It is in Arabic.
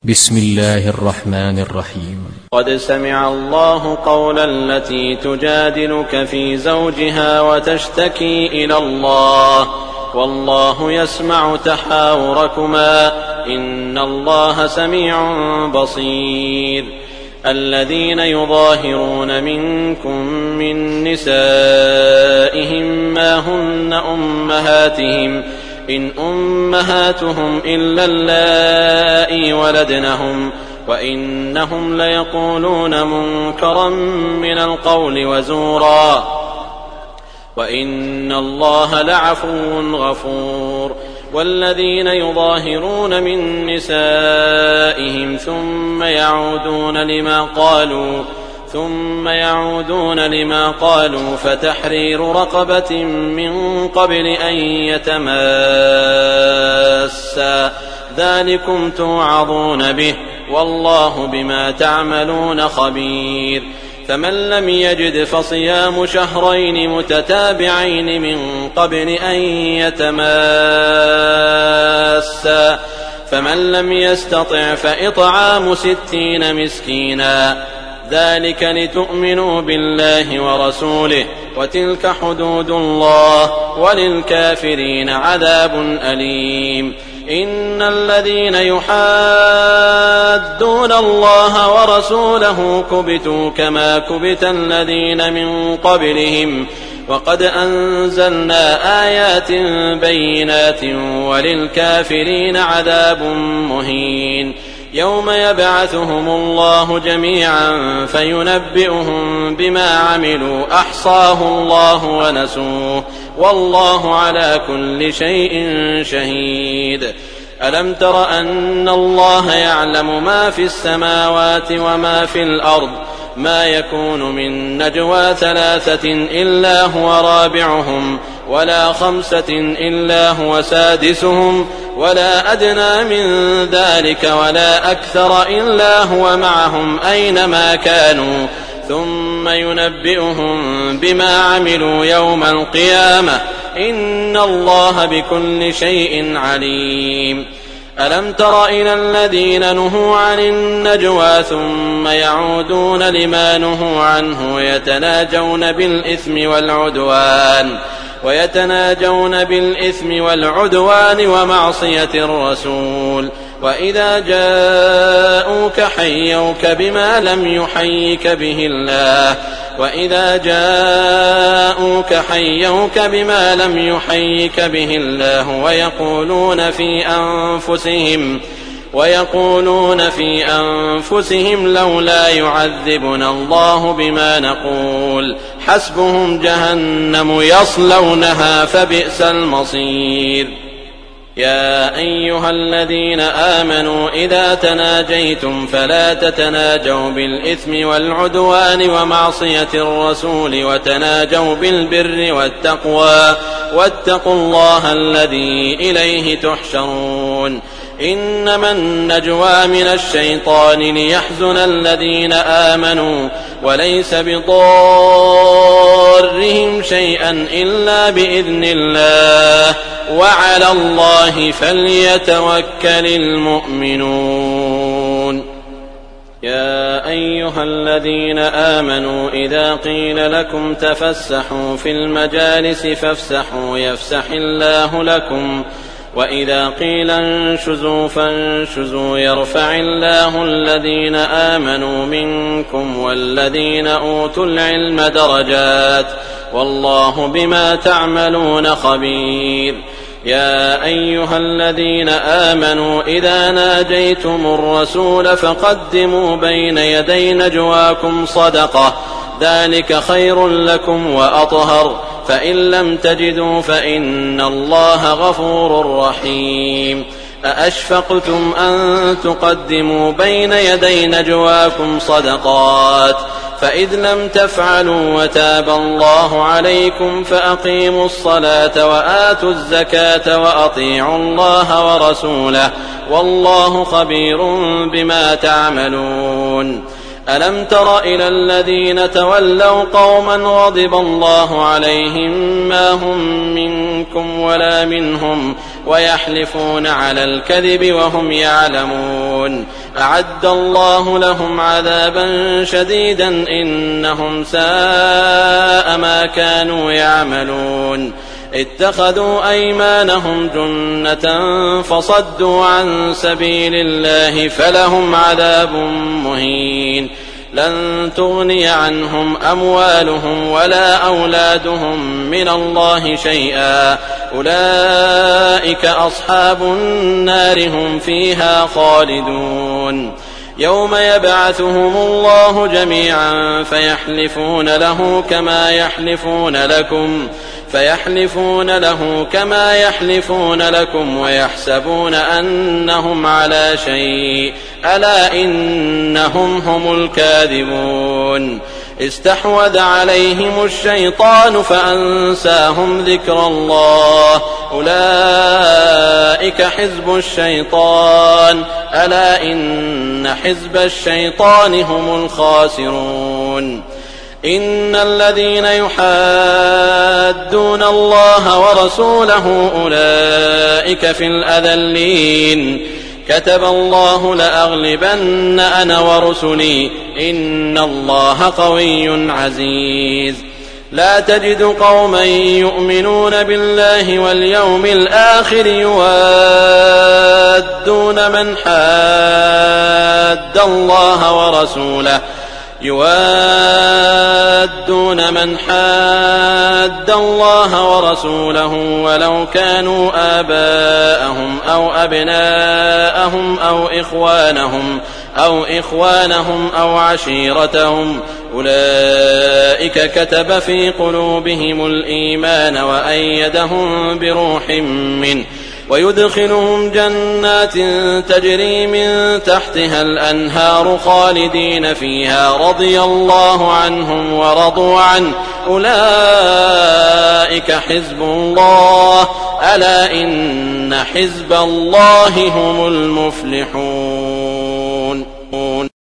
بسم الله الرحمن الرحيم. قد سمع الله قول التي تجادلك في زوجها وتشتكي إلى الله والله يسمع تحاوركما إن الله سميع بصير. الذين يظاهرون منكم من نسائهم ما هن أمهاتهم إن أمهاتهم إلا اللائي ولدنهم وإنهم ليقولون منكرا من القول وزورا وإن الله لعفو غفور. والذين يظاهرون من نسائهم ثم يعودون لما قالوا فتحرير رقبة من قبل أن يتماسا ذلكم توعظون به والله بما تعملون خبير. فمن لم يجد فصيام شهرين متتابعين من قبل أن يتماسا فمن لم يستطع فإطعام 60 مسكينا ذلك لتؤمنوا بالله ورسوله وتلك حدود الله وللكافرين عذاب أليم. إن الذين يحادون الله ورسوله كبتوا كما كبت الذين من قبلهم وقد أنزلنا آيات بينات وللكافرين عذاب مهين. يوم يبعثهم الله جميعا فينبئهم بما عملوا أحصاه الله ونسوه والله على كل شيء شهيد. ألم تر أن الله يعلم ما في السماوات وما في الأرض ما يكون من نجوى 3 إلا هو رابعهم ولا 5 إلا هو سادسهم ولا أدنى من ذلك ولا أكثر إلا هو معهم أينما كانوا ثم ينبئهم بما عملوا يوم القيامة إن الله بكل شيء عليم. ألم تر إلى الذين نهوا عن النجوى ثم يعودون لما نهوا عنه ويتناجون بالإثم ومعصية الرسول وإذا جاءوك حيوك بما لم يحيك به الله ويقولون في أنفسهم لولا يعذبنا الله بما نقول حسبهم جهنم يصلونها فبئس المصير. يا أيها الذين آمنوا إذا تناجيتم فلا تتناجوا بالإثم والعدوان ومعصية الرسول وتناجوا بالبر والتقوى واتقوا الله الذي إليه تحشرون. إنما النجوى من الشيطان ليحزن الذين آمنوا وليس بضارهم شيئا إلا بإذن الله وعلى الله فليتوكل المؤمنون. يا أيها الذين آمنوا إذا قيل لكم تفسحوا في المجالس فافسحوا يفسح الله لكم وإذا قيل انشزوا فانشزوا يرفع الله الذين آمنوا منكم والذين أوتوا العلم درجات والله بما تعملون خبير. يا أيها الذين آمنوا إذا ناجيتم الرسول فقدموا بين يدي نجواكم صدقة ذلك خير لكم وأطهر فإن لم تجدوا فإن الله غفور رحيم. أأشفقتم أن تقدموا بين يدي نجواكم صدقات فإذ لم تفعلوا وتاب الله عليكم فأقيموا الصلاة وآتوا الزكاة وأطيعوا الله ورسوله والله خبير بما تعملون. ألم تر إلى الذين تولوا قوما غضب الله عليهم ما هم منكم ولا منهم ويحلفون على الكذب وهم يعلمون أعد الله لهم عذابا شديدا إنهم ساء ما كانوا يعملون اتخذوا أيمانهم جنة فصدوا عن سبيل الله فلهم عذاب مهين لن تغني عنهم أموالهم ولا أولادهم من الله شيئا أولئك أصحاب النار هم فيها خالدون يوم يبعثهم الله جميعا فيحلفون له كما يحلفون لكم ويحسبون أنهم على شيء ألا إنهم هم الكاذبون استحوذ عليهم الشيطان فأنساهم ذكر الله أولئك حزب الشيطان ألا إن حزب الشيطان هم الخاسرون إن الذين يحادون الله ورسوله أولئك في الأذلين كتب الله لأغلبن أنا ورسلي إن الله قوي عزيز لا تجد قوما يؤمنون بالله واليوم الآخر يوادون من حاد الله ورسوله ولو كانوا آباءهم أو أبناءهم أو إخوانهم أو عشيرتهم أولئك كتب في قلوبهم الإيمان وأيدهم بروح منه ويدخلهم جنات تجري من تحتها الأنهار خالدين فيها رضي الله عنهم ورضوا عنه أولئك حزب الله ألا إن حزب الله هم المفلحون.